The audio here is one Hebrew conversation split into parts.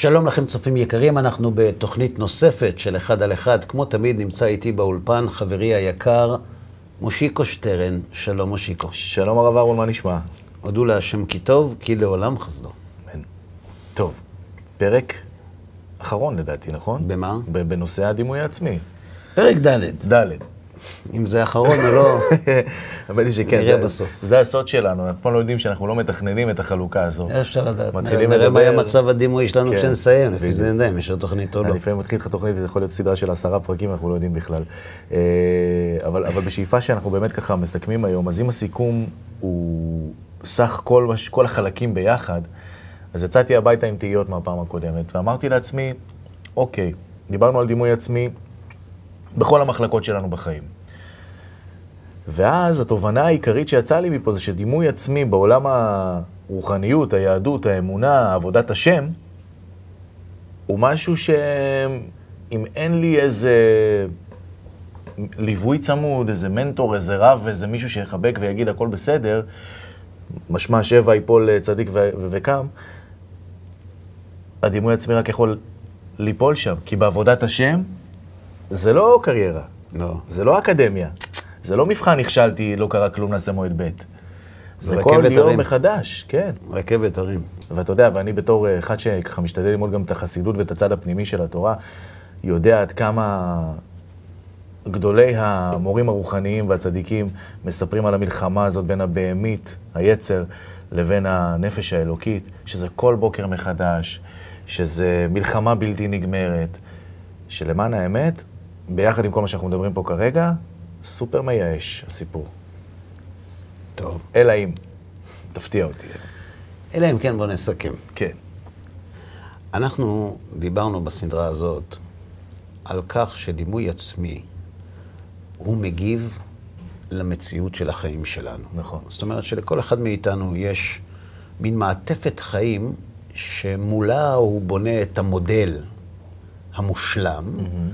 שלום לכם צופים יקרים, אנחנו בתוכנית נוספת של אחד על אחד. כמו תמיד נמצא איתי באולפן חברי היקר, מושיקו שטרן. שלום מושיקו. שלום הרב אהרון, מה נשמע? הודו להשם כי טוב, כי לעולם חסדו. אמן. טוב, פרק אחרון לדעתי, נכון? במה? בנושא הדימוי העצמי. פרק ד'. ד'. אם זה אחרון או לא, האמת היא שכן, נראה בסוף. זה הסוד שלנו, אף פעם לא יודעים שאנחנו לא מתכננים את החלוקה הזו. אפשר לדעת. מתחילים נראה מה לדבר. היה מצב הדימוי שלנו כן. כשנסיים, לפי זה נדע אם יש עוד תוכנית או לא. לפעמים מתחיל לך תוכנית וזה יכול להיות סדרה של 10 פרקים, אנחנו לא יודעים בכלל. אבל בשאיפה שאנחנו באמת ככה מסכמים היום, אז אם הסיכום הוא סך כל החלקים ביחד, אז יצאתי הביתה עם תהיות מהפעם הקודמת, ואמרתי לעצמי, אוקיי, דיברנו על דימוי עצמי בכל המחלקות שלנו בחיים. ואז התובנה העיקרית שיצאה לי מפה זה שדימוי עצמי בעולם הרוחניות, היהדות, האמונה, עבודת השם, הוא משהו שאם אין לי איזה ליווי צמוד, איזה מנטור, איזה רב, איזה מישהו שיחבק ויגיד הכל בסדר, משמע 7 ייפול צדיק וקם, הדימוי עצמי רק יכול ליפול שם, כי בעבודת השם זה לא קריירה, לא. זה לא אקדמיה. זה לא מבחן, נכשלתי, לא קרה כלום, נעשה מועד ב'. זה כל רכבת יום הרים. מחדש, כן. רכבת הרים. ואתה יודע, ואני בתור אחד שככה משתדל ללמוד גם את החסידות ואת הצד הפנימי של התורה, יודע עד כמה גדולי המורים הרוחניים והצדיקים מספרים על המלחמה הזאת בין הבהמית, היצר, לבין הנפש האלוקית, שזה כל בוקר מחדש, שזה מלחמה בלתי נגמרת, שלמען האמת, ביחד עם כל מה שאנחנו מדברים פה כרגע, סופר מייאש, הסיפור. טוב. אלא אם, תפתיע אותי. אלא אם כן בוא נסכם. כן. אנחנו דיברנו בסדרה הזאת על כך שדימוי עצמי הוא מגיב למציאות של החיים שלנו. נכון. זאת אומרת שלכל אחד מאיתנו יש מין מעטפת חיים שמולה הוא בונה את המודל המושלם,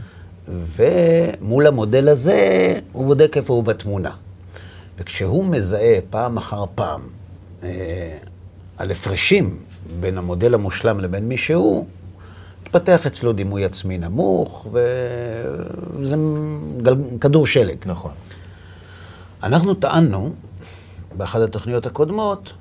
ומול המודל הזה הוא בודק איפה הוא בתמונה. וכשהוא מזהה פעם אחר פעם על הפרשים בין המודל המושלם לבין מי שהוא, מתפתח אצלו דימוי עצמי נמוך, וזה כדור שלג. נכון. אנחנו טענו באחת התוכניות הקודמות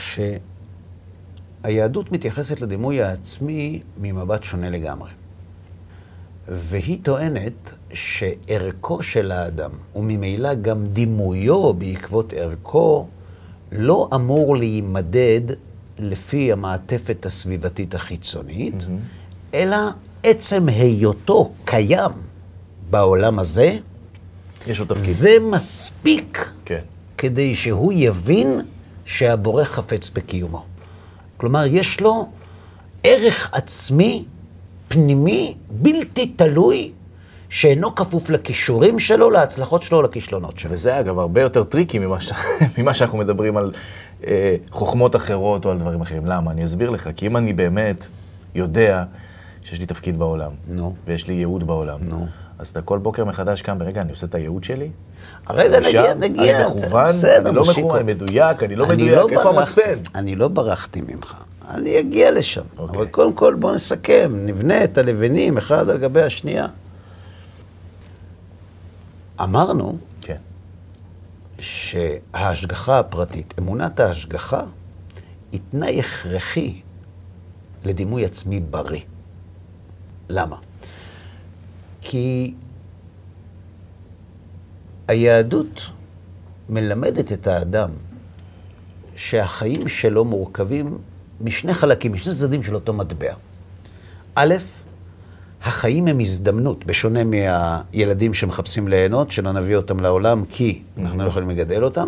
שהיהדות מתייחסת לדימוי העצמי ממבט שונה לגמרי. והיא טוענת שערכו של האדם, וממילא גם דימויו בעקבות ערכו, לא אמור להימדד לפי המעטפת הסביבתית החיצונית, אלא עצם היותו קיים בעולם הזה, יש לו תפקיד. זה מספיק כן. כדי שהוא יבין שהבורא חפץ בקיומו. כלומר, יש לו ערך עצמי, פנימי, בלתי תלוי, שאינו כפוף לכישורים שלו, להצלחות שלו, לכישלונות שלו. וזה אגב הרבה יותר טריקי ממה שאנחנו מדברים על חוכמות אחרות או על דברים אחרים. למה? אני אסביר לך. כי אם אני באמת יודע שיש לי תפקיד בעולם, ויש לי ייעוד בעולם, אז אתה כל בוקר מחדש קם ברגע, אני עושה את הייעוד שלי? הרגע נגיע. אני מכוון, אני לא מכוון, אני מדויק, אני לא מדויק, איפה המצפן? אני לא ברחתי ממך. אני אגיע לשם. אבל קודם כל בוא נסכם, נבנה את הלבנים אחד על גבי השנייה. אמרנו כן. שההשגחה הפרטית, אמונת ההשגחה, היא תנאי הכרחי לדימוי עצמי בריא. למה? כי היהדות מלמדת את האדם שהחיים שלו מורכבים משני חלקים, משני צדדים של אותו מטבע. א', החיים הם הזדמנות, בשונה מהילדים שמחפשים ליהנות, שלא נביא אותם לעולם כי אנחנו לא יכולים לגדל אותם.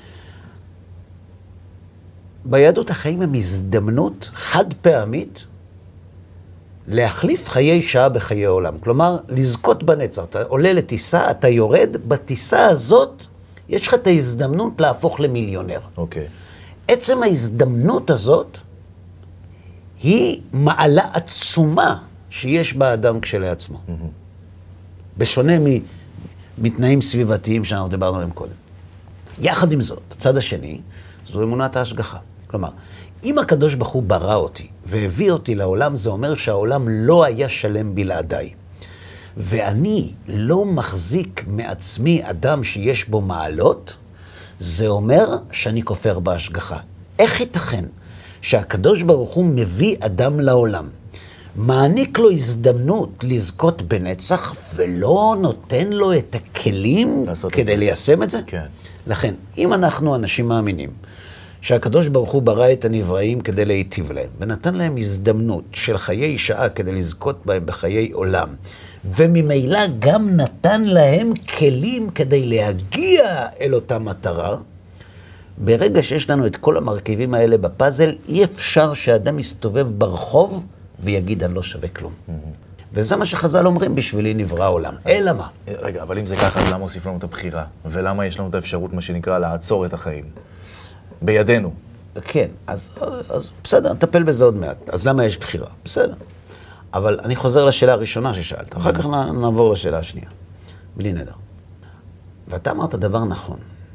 ביהדות החיים הם הזדמנות חד פעמית להחליף חיי שעה בחיי עולם. כלומר, לזכות בנצח. אתה עולה לטיסה, אתה יורד, בטיסה הזאת יש לך את ההזדמנות להפוך למיליונר. אוקיי. עצם ההזדמנות הזאת היא מעלה עצומה שיש באדם כשלעצמו. בשונה מתנאים סביבתיים שאנחנו דיברנו עליהם קודם. יחד עם זאת, הצד השני, זו אמונת ההשגחה. כלומר, אם הקדוש ברוך הוא ברא אותי והביא אותי לעולם, זה אומר שהעולם לא היה שלם בלעדיי. ואני לא מחזיק מעצמי אדם שיש בו מעלות, זה אומר שאני כופר בהשגחה. איך ייתכן שהקדוש ברוך הוא מביא אדם לעולם, מעניק לו הזדמנות לזכות בנצח, ולא נותן לו את הכלים כדי ליישם את זה? כן. לכן, אם אנחנו אנשים מאמינים שהקדוש ברוך הוא ברא את הנבראים כדי להיטיב להם, ונתן להם הזדמנות של חיי שעה כדי לזכות בהם בחיי עולם, וממילא גם נתן להם כלים כדי להגיע אל אותה מטרה, ברגע שיש לנו את כל המרכיבים האלה בפאזל, אי אפשר שאדם יסתובב ברחוב ויגיד, אני לא שווה כלום. וזה מה שחז"ל אומרים, בשבילי נברא העולם. אלא מה? רגע, אבל אם זה ככה, למה הוסיף לנו את הבחירה? ולמה יש לנו את האפשרות, מה שנקרא, לעצור את החיים? בידינו. כן, אז בסדר, נטפל בזה עוד מעט. אז למה יש בחירה? בסדר. אבל אני חוזר לשאלה הראשונה ששאלת. אחר כך נעבור לשאלה השנייה. בלי נדר. ואתה אמרת דבר נכון.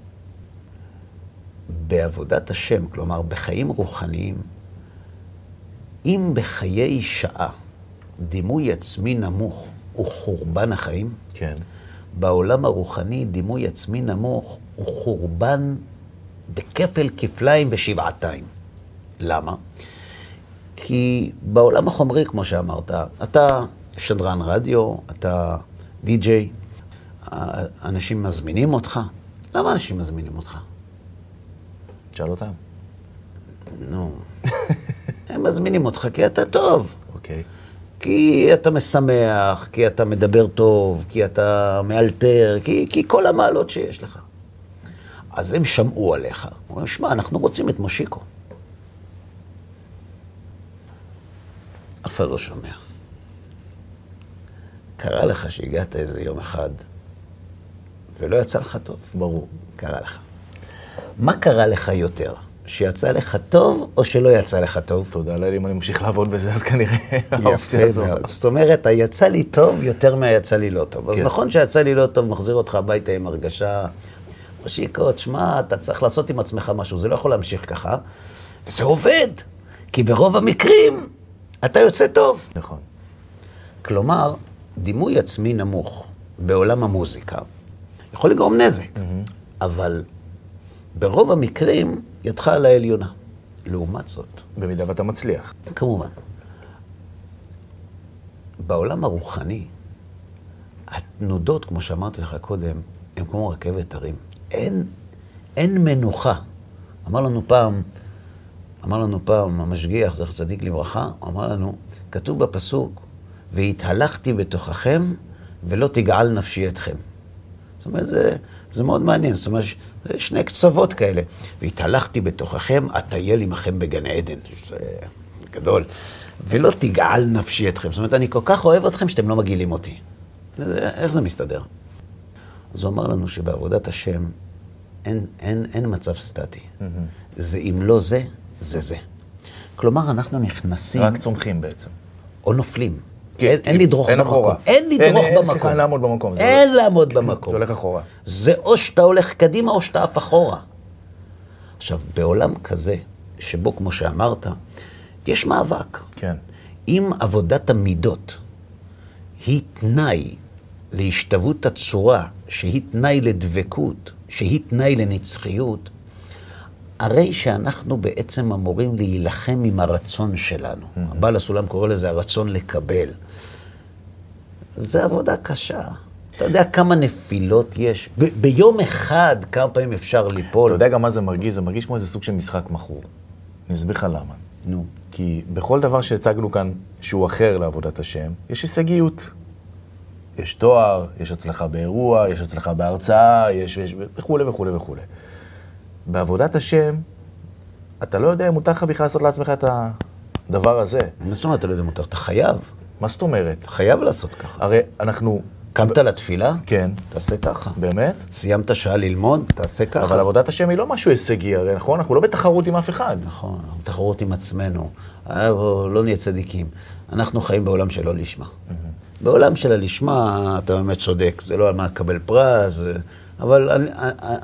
בעבודת השם, כלומר בחיים רוחניים, אם בחיי שעה דימוי עצמי נמוך הוא חורבן החיים, כן. בעולם הרוחני דימוי עצמי נמוך הוא חורבן בכפל כפליים ושבעתיים. למה? כי בעולם החומרי, כמו שאמרת, אתה שדרן רדיו, אתה די-ג'יי, אנשים מזמינים אותך. למה אנשים מזמינים אותך? תשאל אותם. נו, הם מזמינים אותך כי אתה טוב. אוקיי. כי אתה משמח, כי אתה מדבר טוב, כי אתה מאלתר, כי כל המעלות שיש לך. אז הם שמעו עליך. אומרים, שמע, אנחנו רוצים את מושיקו. אף אחד לא שומע. קרה לך שהגעת איזה יום אחד, ולא יצא לך טוב. ברור. קרה לך. מה קרה לך יותר? שיצא לך טוב או שלא יצא לך טוב? תודה לאל, אם אני ממשיך לעבוד בזה, אז כנראה האופציה הזו. יפה מאוד. זאת אומרת, היצא לי טוב יותר מהיצא לי לא טוב. אז נכון שיצא לי לא טוב, מחזיר אותך הביתה עם הרגשה, מושיקו, תשמע, אתה צריך לעשות עם עצמך משהו, זה לא יכול להמשיך ככה, וזה עובד, כי ברוב המקרים אתה יוצא טוב. נכון. כלומר, דימוי עצמי נמוך בעולם המוזיקה יכול לגרום נזק, אבל ברוב המקרים ידך על העליונה. לעומת זאת, במידה ואתה מצליח. כמובן. בעולם הרוחני, התנודות, כמו שאמרתי לך קודם, הן כמו רכבת הרים. אין מנוחה. אמר לנו פעם המשגיח, זכר צדיק לברכה, אמר לנו, כתוב בפסוק, והתהלכתי בתוככם ולא תגעל נפשי אתכם. זאת אומרת, זה מאוד מעניין. זאת אומרת, זה שני קצוות כאלה. והתהלכתי בתוככם, אטייל עמכם בגן עדן. זה גדול. ולא תגעל נפשי אתכם. זאת אומרת, אני כל כך אוהב אתכם שאתם לא מגעילים אותי. איך זה מסתדר? אז הוא אמר לנו שבעבודת השם אין מצב סטטי. זה אם לא זה, זה זה. כלומר, אנחנו נכנסים... רק צומחים בעצם. או נופלים. אין לדרוך במקום. אין לדרוך במקום. סליחה, אין לעמוד במקום. אין לעמוד במקום. זה הולך אחורה. זה או שאתה הולך קדימה או שאתה אף אחורה. עכשיו, בעולם כזה, שבו, כמו שאמרת, יש מאבק. כן. אם עבודת המידות היא תנאי להשתוות הצורה, שהיא תנאי לדבקות, שהיא תנאי לנצחיות, הרי שאנחנו בעצם אמורים להילחם עם הרצון שלנו. הבעל הסולם קורא לזה הרצון לקבל. זה עבודה קשה. אתה יודע כמה נפילות יש? ביום אחד כמה פעמים אפשר ליפול. אתה יודע גם מה זה מרגיש? זה מרגיש כמו איזה סוג של משחק מכור. אני אסביר לך למה. נו. כי בכל דבר שהצגנו כאן שהוא אחר לעבודת השם, יש הישגיות. יש תואר, יש הצלחה באירוע, יש הצלחה בהרצאה, יש וכו' וכו' וכו'. בעבודת השם, אתה לא יודע אם מותר לך בכלל לעשות לעצמך את הדבר הזה. מה זאת אומרת, אתה לא יודע מותר? אתה חייב. מה זאת אומרת? אתה חייב לעשות ככה. הרי אנחנו... קמת לתפילה? כן. תעשה ככה. באמת? סיימת שעה ללמוד? תעשה ככה. אבל עבודת השם היא לא משהו הישגי, הרי נכון? אנחנו לא בתחרות עם אף אחד. נכון, אנחנו בתחרות עם עצמנו. לא נהיה צדיקים. אנחנו חיים בעולם שלא לשמה. בעולם של הלשמה, אתה באמת צודק, זה לא על מה לקבל פרס, אבל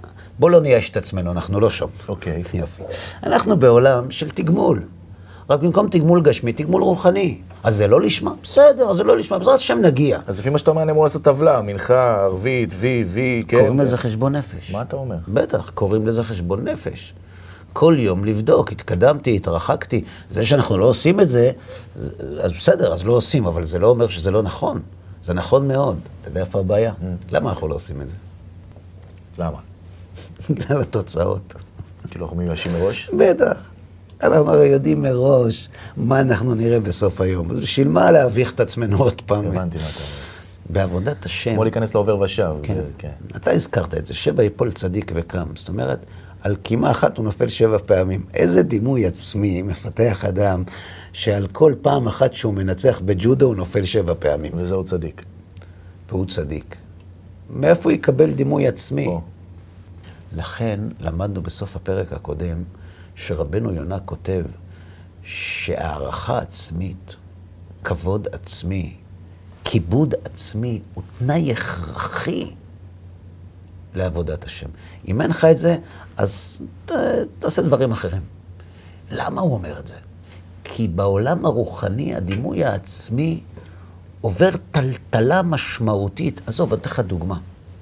בוא לא נייאש את עצמנו, אנחנו לא שם. אוקיי. יופי. אנחנו בעולם של תגמול. רק במקום תגמול גשמי, תגמול רוחני. אז זה לא לשמה? בסדר, אז זה לא לשמה. בעזרת השם נגיע. אז לפי מה שאתה אומר, אני אמור לעשות טבלה, מנחה, ערבית, וי, כן. קוראים לזה חשבון נפש. מה אתה אומר? בטח, קוראים לזה חשבון נפש. כל יום לבדוק, התקדמתי, התרחקתי. זה שאנחנו לא עושים את זה, אז בסדר, אז לא עושים, אבל זה לא אומר שזה לא נכון. זה נכון מאוד. אתה יודע איפה הבעיה? למה אנחנו לא עושים את זה? למה? בגלל התוצאות. כאילו אנחנו מיואשים מראש? בטח. אנחנו הרי יודעים מראש מה אנחנו נראה בסוף היום. אז בשביל מה להביך את עצמנו עוד פעם? הבנתי מה אתה אומר. בעבודת השם... כמו להיכנס לעובר ושב. כן. אתה הזכרת את זה, 7 יפול צדיק וקם. זאת אומרת, על קימה אחת הוא נופל 7 פעמים. איזה דימוי עצמי מפתח אדם שעל כל פעם אחת שהוא מנצח בג'ודו הוא נופל 7 פעמים. וזהו צדיק. והוא צדיק. מאיפה הוא יקבל דימוי עצמי? פה. לכן למדנו בסוף הפרק הקודם שרבנו יונה כותב שהערכה עצמית, כבוד עצמי, כיבוד עצמי הוא תנאי הכרחי לעבודת השם. אם אין לך את זה, אז תעשה דברים אחרים. למה הוא אומר את זה? כי בעולם הרוחני הדימוי העצמי עובר טלטלה משמעותית. עזוב, אתן לך דוגמה.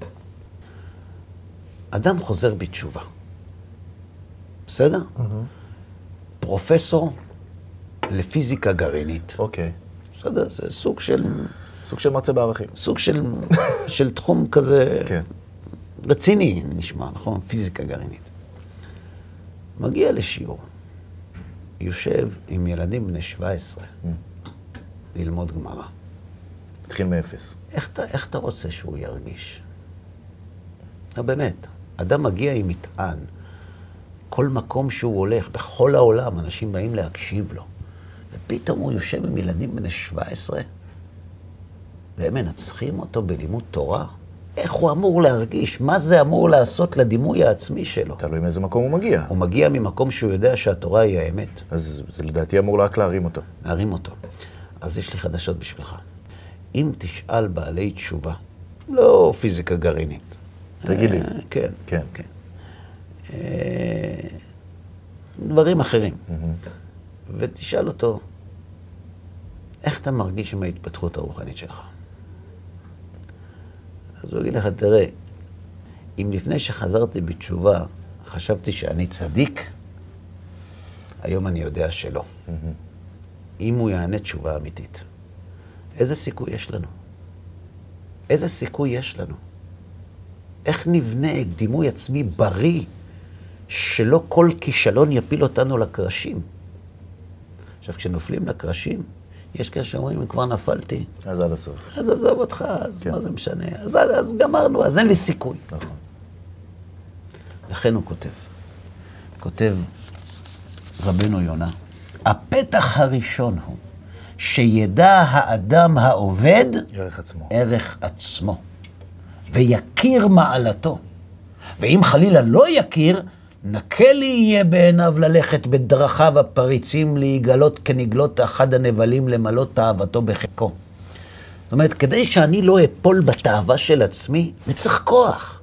אדם חוזר בתשובה. בסדר? פרופסור לפיזיקה גרעינית. אוקיי. בסדר, זה סוג של... סוג של מרצה בערכים. סוג של תחום כזה כן. רציני, נשמע, נכון? פיזיקה גרעינית. מגיע לשיעור. יושב עם ילדים בני 17 ללמוד גמרא. התחיל מאפס. איך אתה רוצה שהוא ירגיש? באמת, אדם מגיע עם מטען. כל מקום שהוא הולך, בכל העולם, אנשים באים להקשיב לו. ופתאום הוא יושב עם ילדים בני 17, והם מנצחים אותו בלימוד תורה. איך הוא אמור להרגיש? מה זה אמור לעשות לדימוי העצמי שלו? תלוי מאיזה מקום הוא מגיע. הוא מגיע ממקום שהוא יודע שהתורה היא האמת. אז זה לדעתי אמור רק להרים אותו. להרים אותו. אז יש לי חדשות בשבילך. אם תשאל בעלי תשובה, לא פיזיקה גרעינית. תגיד לי. כן. כן. כן. דברים אחרים. ותשאל אותו, איך אתה מרגיש עם ההתפתחות הרוחנית שלך? אז הוא יגיד לך, תראה, אם לפני שחזרתי בתשובה, חשבתי שאני צדיק, היום אני יודע שלא. אם הוא יענה תשובה אמיתית, איזה סיכוי יש לנו? איזה סיכוי יש לנו? איך נבנה דימוי עצמי בריא, שלא כל כישלון יפיל אותנו לקרשים? עכשיו, כשנופלים לקרשים, יש כאלה שאומרים, אם כבר נפלתי. אז עד הסוף. אז עזוב אותך, אז מה זה משנה? אז גמרנו, אז אין לי סיכוי. נכון. לכן הוא כותב רבנו יונה, הפתח הראשון הוא שידע האדם העובד ערך עצמו, ויכיר מעלתו. ואם חלילה לא יכיר, נקה לי יהיה בעיניו ללכת בדרכיו הפריצים להיגלות כנגלות אחד הנבלים למלות תאוותו בחיקו. זאת אומרת, כדי שאני לא אפול בתאווה של עצמי, אני צריך כוח.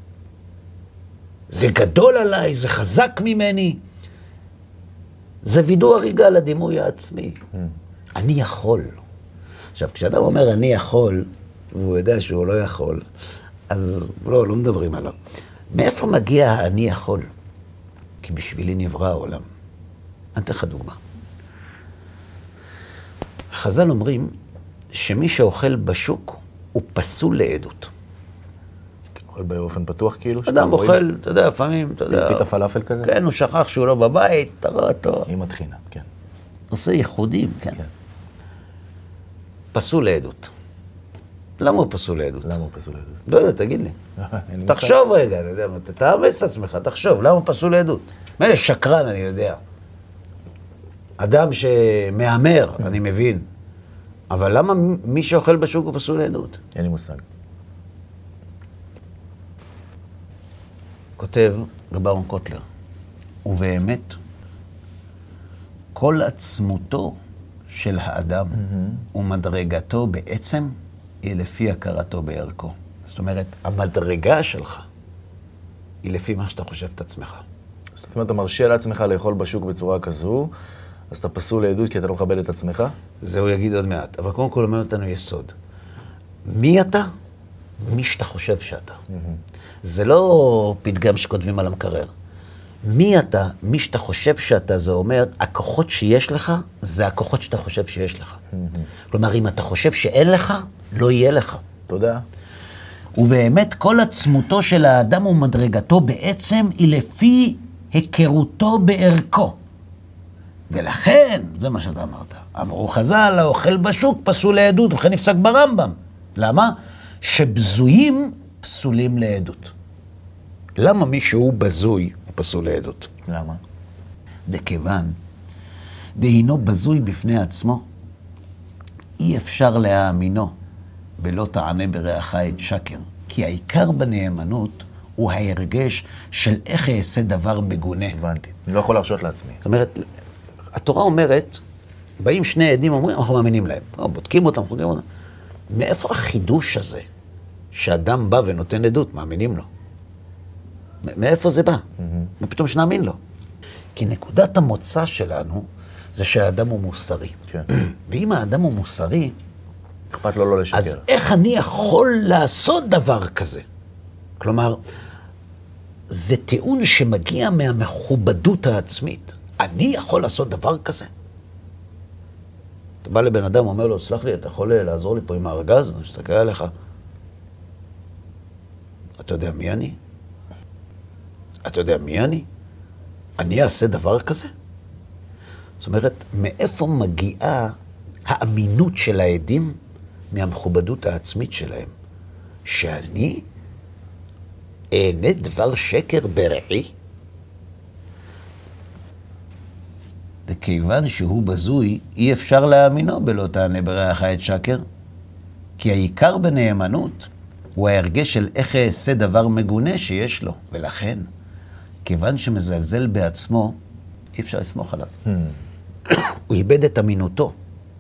זה גדול עליי, זה חזק ממני. זה וידוא הריגה לדימוי העצמי. אני יכול. עכשיו, כשאדם אומר אני יכול, והוא יודע שהוא לא יכול, אז לא מדברים עליו. מאיפה מגיע אני יכול? כי בשבילי נברא העולם. אני אתן לך דוגמה. חז"ל אומרים שמי שאוכל בשוק הוא פסול לעדות. אוכל באופן פתוח כאילו? אדם אוכל, אתה יודע, לפעמים, אתה יודע... פיתה פלאפל כזה? כן, הוא שכח שהוא לא בבית, אתה רואה אותו. עם התחינה, כן. עושה ייחודים, כן. פסול לעדות. למה הוא פסול לעדות? למה הוא פסול לעדות? לא יודע, תגיד לי. תחשוב רגע, אני יודע, תאמץ את עצמך, תחשוב, למה הוא פסול לעדות? מילא שקרן, אני יודע. אדם שמאמר, אני מבין. אבל למה מי שאוכל בשוק הוא פסול לעדות? אין לי מושג. כותב רב אהרון קוטלר, ובאמת, כל עצמותו של האדם ומדרגתו בעצם היא לפי הכרתו בערכו. זאת אומרת, המדרגה שלך היא לפי מה שאתה חושב את עצמך. זאת אומרת, אתה מרשה לעצמך לאכול בשוק בצורה כזו, אז אתה פסול לעדות כי אתה לא מכבד את עצמך? זה הוא יגיד עוד מעט, אבל קודם כל אומר אותנו יסוד. מי אתה? מי שאתה חושב שאתה. זה לא פתגם שכותבים על המקרר. מי אתה? מי שאתה חושב שאתה, זה אומר, הכוחות שיש לך, זה הכוחות שאתה חושב שיש לך. כלומר, אם אתה חושב שאין לך, לא יהיה לך. תודה. ובאמת, כל עצמותו של האדם ומדרגתו בעצם היא לפי היכרותו בערכו. ולכן, זה מה שאתה אמרת, אמרו חז"ל, האוכל בשוק פסול לעדות, וכן נפסק ברמב"ם. למה? שבזויים פסולים לעדות. למה מי שהוא בזוי הוא פסול לעדות? למה? דכיוון, דהינו בזוי בפני עצמו, אי אפשר להאמינו בלא תענה ברעך את שקר. כי העיקר בנאמנות הוא ההרגש של איך אעשה דבר מגונה. הבנתי. אני לא יכול להרשות לעצמי. זאת אומרת, התורה אומרת, באים שני עדים, אומרים, אנחנו מאמינים להם. בודקים אותם, חוקרים אותם. מאיפה החידוש הזה שאדם בא ונותן עדות, מאמינים לו? מאיפה זה בא? ופתאום שנאמין לו. כי נקודת המוצא שלנו זה שהאדם הוא מוסרי. כן. ואם האדם הוא מוסרי, אכפת לו לא לשקר. אז איך אני יכול לעשות דבר כזה? כלומר, זה טיעון שמגיע מהמכובדות העצמית. אני יכול לעשות דבר כזה? אתה בא לבן אדם, אומר לו, סלח לי, אתה יכול לעזור לי פה עם הארגז? אני מסתכל עליך. אתה יודע מי אני? אתה יודע מי אני? אני אעשה דבר כזה? זאת אומרת, מאיפה מגיעה האמינות של העדים מהמכובדות העצמית שלהם? שאני אענה דבר שקר ברעי? וכיוון שהוא בזוי, אי אפשר להאמינו בלא תענה ברעך את שקר. כי העיקר בנאמנות הוא ההרגש של איך אעשה דבר מגונה שיש לו. ולכן, כיוון שמזלזל בעצמו, אי אפשר לסמוך עליו. הוא איבד את אמינותו.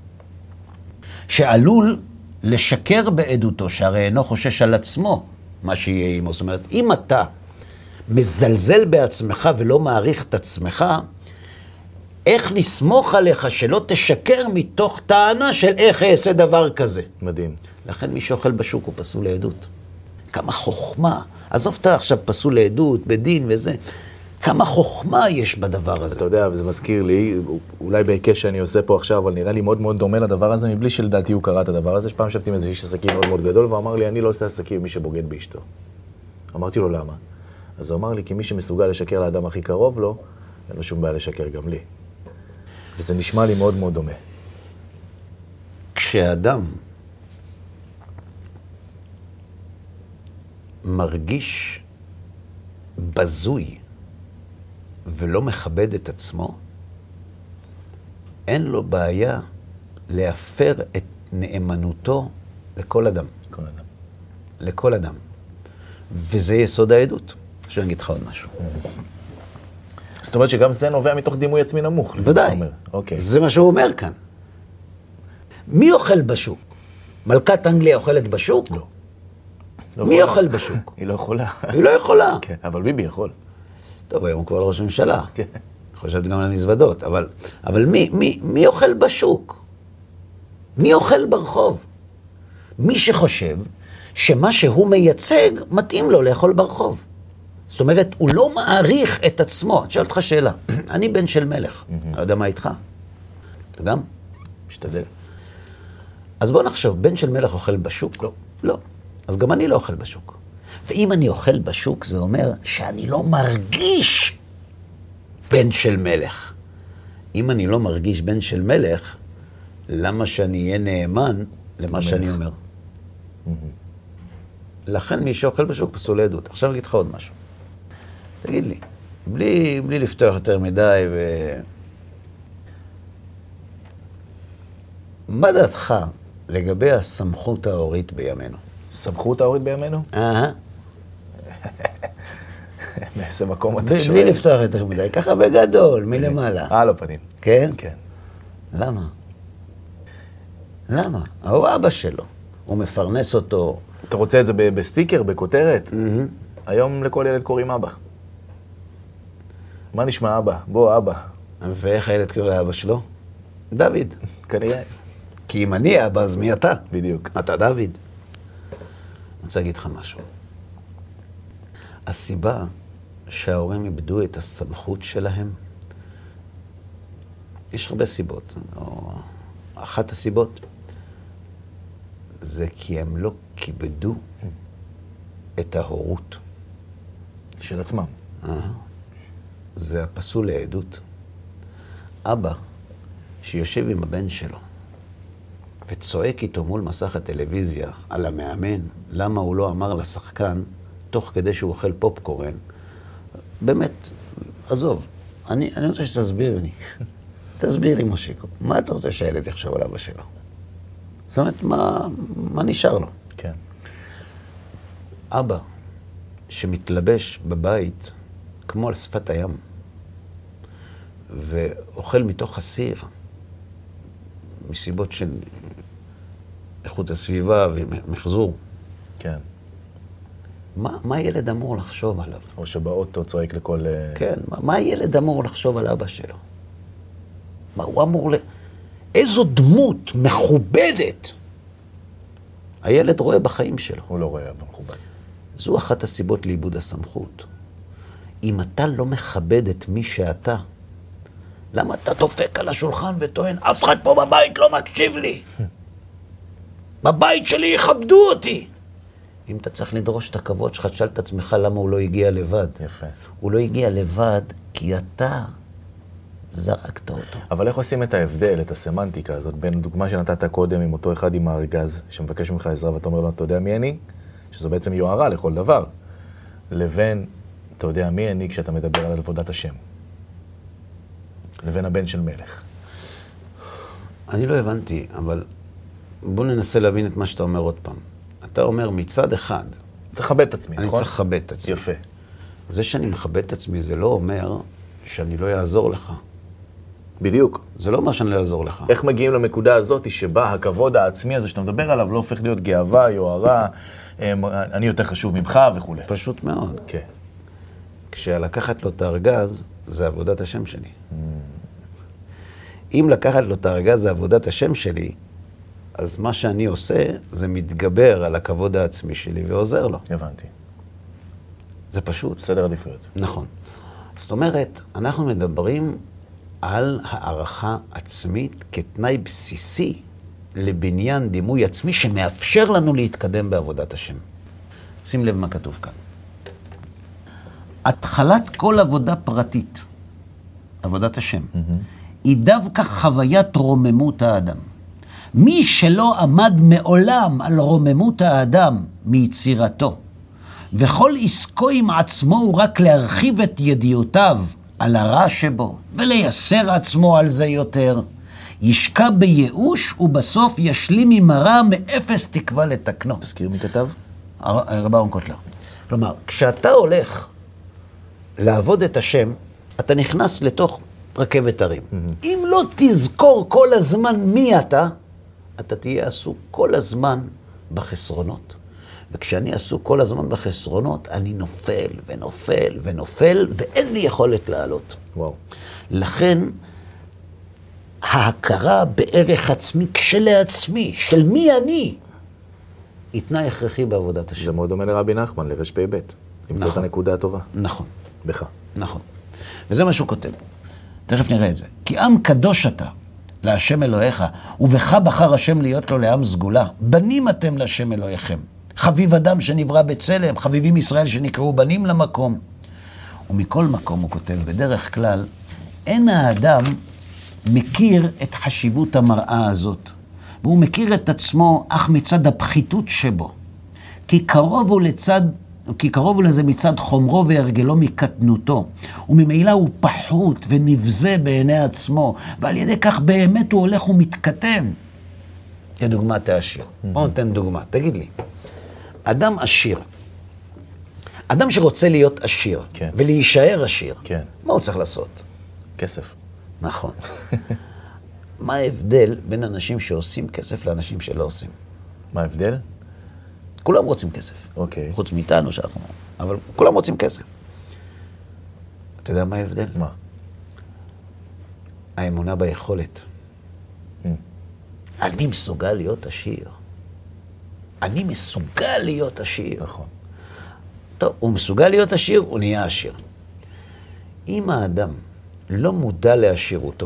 שעלול לשקר בעדותו, שהרי אינו חושש על עצמו מה שיהיה עמו. זאת אומרת, אם אתה מזלזל בעצמך ולא מעריך את עצמך, איך נסמוך עליך שלא תשקר מתוך טענה של איך אעשה דבר כזה? מדהים. לכן מי שאוכל בשוק הוא פסול לעדות. כמה חוכמה, עזוב אתה עכשיו פסול לעדות, בדין וזה, כמה חוכמה יש בדבר הזה. אתה יודע, וזה מזכיר לי, אולי בהיקש שאני עושה פה עכשיו, אבל נראה לי מאוד מאוד דומה לדבר הזה, מבלי שלדעתי הוא קרא את הדבר הזה, שפעם שבתי עם איזה איש עסקים מאוד מאוד גדול, ואמר לי, אני לא עושה עסקים עם מי שבוגד באשתו. אמרתי לו, למה? אז הוא אמר לי, כי מי שמסוגל לשקר לאדם הכי קרוב לו, אין לו שום בעיה לשקר גם לי. וזה נשמע לי מאוד מאוד דומה. כשאדם מרגיש בזוי ולא מכבד את עצמו, אין לו בעיה להפר את נאמנותו לכל אדם. כל אדם. לכל אדם. וזה יסוד העדות. עכשיו אני אגיד לך עוד משהו. זאת אומרת שגם זה נובע מתוך דימוי עצמי נמוך. ודאי. אוקיי. זה מה שהוא אומר כאן. מי אוכל בשוק? מלכת אנגליה אוכלת בשוק? לא. מי אוכל בשוק? היא לא יכולה. היא לא יכולה. כן, אבל ביבי יכול. טוב, היום הוא כבר ראש ממשלה. כן. חושבת גם על מזוודות, אבל מי אוכל בשוק? מי אוכל ברחוב? מי שחושב שמה שהוא מייצג מתאים לו לאכול ברחוב. זאת אומרת, הוא לא מעריך את עצמו. אני שואל אותך שאלה, אני בן של מלך, אני לא יודע מה איתך. אתה גם? משתדל. אז בוא נחשוב, בן של מלך אוכל בשוק? לא. לא. אז גם אני לא אוכל בשוק. ואם אני אוכל בשוק, זה אומר שאני לא מרגיש בן של מלך. אם אני לא מרגיש בן של מלך, למה שאני אהיה נאמן למה שאני אומר? לכן מי שאוכל בשוק פסול לעדות. עכשיו אני אגיד לך עוד משהו. תגיד לי, בלי לפתוח יותר מדי מה דעתך לגבי הסמכות ההורית בימינו? סמכות ההורית בימינו? מאיזה מקום אתה שואל? בלי לפתוח יותר מדי, ככה בגדול, מלמעלה. על הפנים. כן? כן. למה? למה? הוא אבא שלו. הוא מפרנס אותו. אתה רוצה את זה בסטיקר, בכותרת? היום לכל ילד קוראים אבא. מה נשמע אבא? בוא, אבא. ואיך הילד קורא לאבא שלו? דוד. כנראה. כי אם אני אבא, אז מי אתה? בדיוק. אתה דוד. אני רוצה להגיד לך משהו. הסיבה שההורים איבדו את הסמכות שלהם, יש הרבה סיבות. אחת הסיבות זה כי הם לא כיבדו את ההורות. של עצמם. זה הפסול לעדות. אבא שיושב עם הבן שלו וצועק איתו מול מסך הטלוויזיה על המאמן, למה הוא לא אמר לשחקן, תוך כדי שהוא אוכל פופקורן, באמת, עזוב, אני רוצה שתסביר לי. תסביר לי, מושיקו, מה אתה רוצה שהילד יחשוב על אבא שלו? זאת אומרת, מה נשאר לו? כן. אבא שמתלבש בבית כמו על שפת הים, ואוכל מתוך הסיר, מסיבות של איכות הסביבה ומחזור. כן. מה הילד אמור לחשוב עליו? או שבאוטו צועק לכל... כן, מה הילד אמור לחשוב על אבא שלו? מה הוא אמור איזו דמות מכובדת הילד רואה בחיים שלו. הוא לא רואה אבא מכובד. זו אחת הסיבות לאיבוד הסמכות. אם אתה לא מכבד את מי שאתה, למה אתה דופק על השולחן וטוען, אף אחד פה בבית לא מקשיב לי? בבית שלי יכבדו אותי. אם אתה צריך לדרוש את הכבוד שלך, תשאל את עצמך למה הוא לא הגיע לבד. יפה. הוא לא הגיע לבד כי אתה זרקת אותו. אבל איך עושים את ההבדל, את הסמנטיקה הזאת, בין דוגמה שנתת קודם עם אותו אחד עם הארגז, שמבקש ממך עזרה ואתה אומר לו, אתה יודע מי אני? שזו בעצם יוהרה לכל דבר. לבין, אתה יודע מי אני כשאתה מדבר על עבודת השם. לבין הבן של מלך. אני לא הבנתי, אבל בוא ננסה להבין את מה שאתה אומר עוד פעם. אתה אומר מצד אחד, צריך לכבד את עצמי, נכון? אני צריך לכבד את עצמי. יפה. זה שאני מכבד את עצמי, זה לא אומר שאני לא אעזור לך. בדיוק. זה לא אומר שאני לא אעזור לך. איך מגיעים למקודה הזאת שבה הכבוד העצמי הזה שאתה מדבר עליו לא הופך להיות גאווה, יוהרה, אני יותר חשוב ממך וכו'. פשוט מאוד. כן. כשלקחת לו את הארגז, זה עבודת השם שלי. אם לקחת לו את הארגז, זה עבודת השם שלי, אז מה שאני עושה, זה מתגבר על הכבוד העצמי שלי ועוזר לו. הבנתי. זה פשוט. סדר עדיפויות. נכון. זאת אומרת, אנחנו מדברים על הערכה עצמית כתנאי בסיסי לבניין דימוי עצמי שמאפשר לנו להתקדם בעבודת השם. שים לב מה כתוב כאן. התחלת כל עבודה פרטית, עבודת השם, היא דווקא חוויית רוממות האדם. מי שלא עמד מעולם על רוממות האדם מיצירתו, וכל עסקו עם עצמו הוא רק להרחיב את ידיעותיו על הרע שבו, ולייסר עצמו על זה יותר, ישקע בייאוש ובסוף ישלים עם הרע מאפס תקווה לתקנו. תזכיר מי כתב? רב אהרון קוטלר. כלומר, כשאתה הולך לעבוד את השם, אתה נכנס לתוך רכבת הרים. אם לא תזכור כל הזמן מי אתה תהיה עסוק כל הזמן בחסרונות. וכשאני עסוק כל הזמן בחסרונות, אני נופל ונופל ונופל, ואין לי יכולת לעלות. וואו. לכן, ההכרה בערך עצמי כשלעצמי, של מי אני, היא תנאי הכרחי בעבודת השם. זה מאוד דומה לרבי נחמן, לרשפי בית. אם זאת הנקודה הטובה. נכון. בך. נכון. וזה מה שהוא כותב. תכף נראה את זה. כי עם קדוש אתה להשם אלוהיך, ובך בחר השם להיות לו לעם סגולה. בנים אתם להשם אלוהיכם. חביב אדם שנברא בצלם, חביבים ישראל שנקראו בנים למקום. ומכל מקום הוא כותב, בדרך כלל, אין האדם מכיר את חשיבות המראה הזאת. והוא מכיר את עצמו אך מצד הפחיתות שבו. כי קרוב הוא לזה מצד חומרו והרגלו מקטנותו, וממילא הוא פחות ונבזה בעיני עצמו, ועל ידי כך באמת הוא הולך ומתקטן. כדוגמת העשיר. בוא נותן דוגמה, תגיד לי. אדם עשיר, אדם שרוצה להיות עשיר, כן. ולהישאר עשיר, כן. מה הוא צריך לעשות? כסף. נכון. מה ההבדל בין אנשים שעושים כסף לאנשים שלא עושים? מה ההבדל? כולם רוצים כסף. אוקיי. חוץ מאיתנו שאנחנו אבל כולם רוצים כסף. אתה יודע מה ההבדל? מה? האמונה ביכולת. אני מסוגל להיות עשיר. אני מסוגל להיות עשיר. נכון. טוב, הוא מסוגל להיות עשיר, הוא נהיה עשיר. אם האדם לא מודע לעשירותו,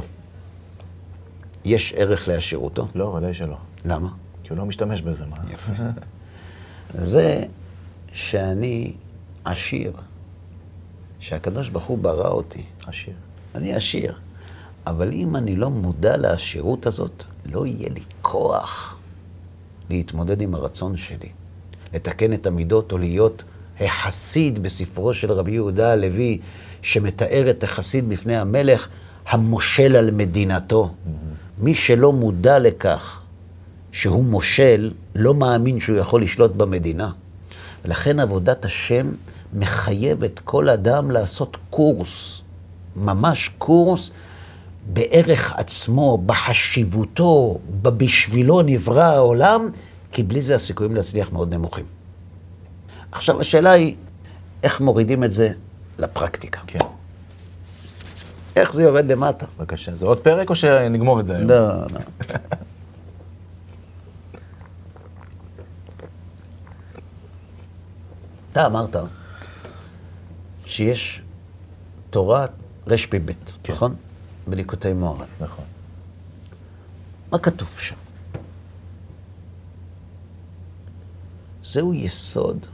יש ערך לעשירותו? לא, ודאי שלא. למה? כי הוא לא משתמש בזה, מה? יפה. זה שאני עשיר, שהקדוש ברוך הוא ברא אותי. עשיר. אני עשיר. אבל אם אני לא מודע לעשירות הזאת, לא יהיה לי כוח להתמודד עם הרצון שלי, לתקן את המידות או להיות החסיד בספרו של רבי יהודה הלוי, שמתאר את החסיד בפני המלך, המושל על מדינתו. מי שלא מודע לכך שהוא מושל, לא מאמין שהוא יכול לשלוט במדינה. ולכן עבודת השם מחייבת כל אדם לעשות קורס, ממש קורס, בערך עצמו, בחשיבותו, בשבילו נברא העולם, כי בלי זה הסיכויים להצליח מאוד נמוכים. עכשיו השאלה היא, איך מורידים את זה לפרקטיקה? כן. איך זה יורד למטה? בבקשה. זה עוד פרק או שנגמור את זה היום? לא, לא. אתה אמרת שיש תורה רש"ב, כן. נכון? בליקוטי מוהר"ן. נכון. מה כתוב שם? זהו יסוד.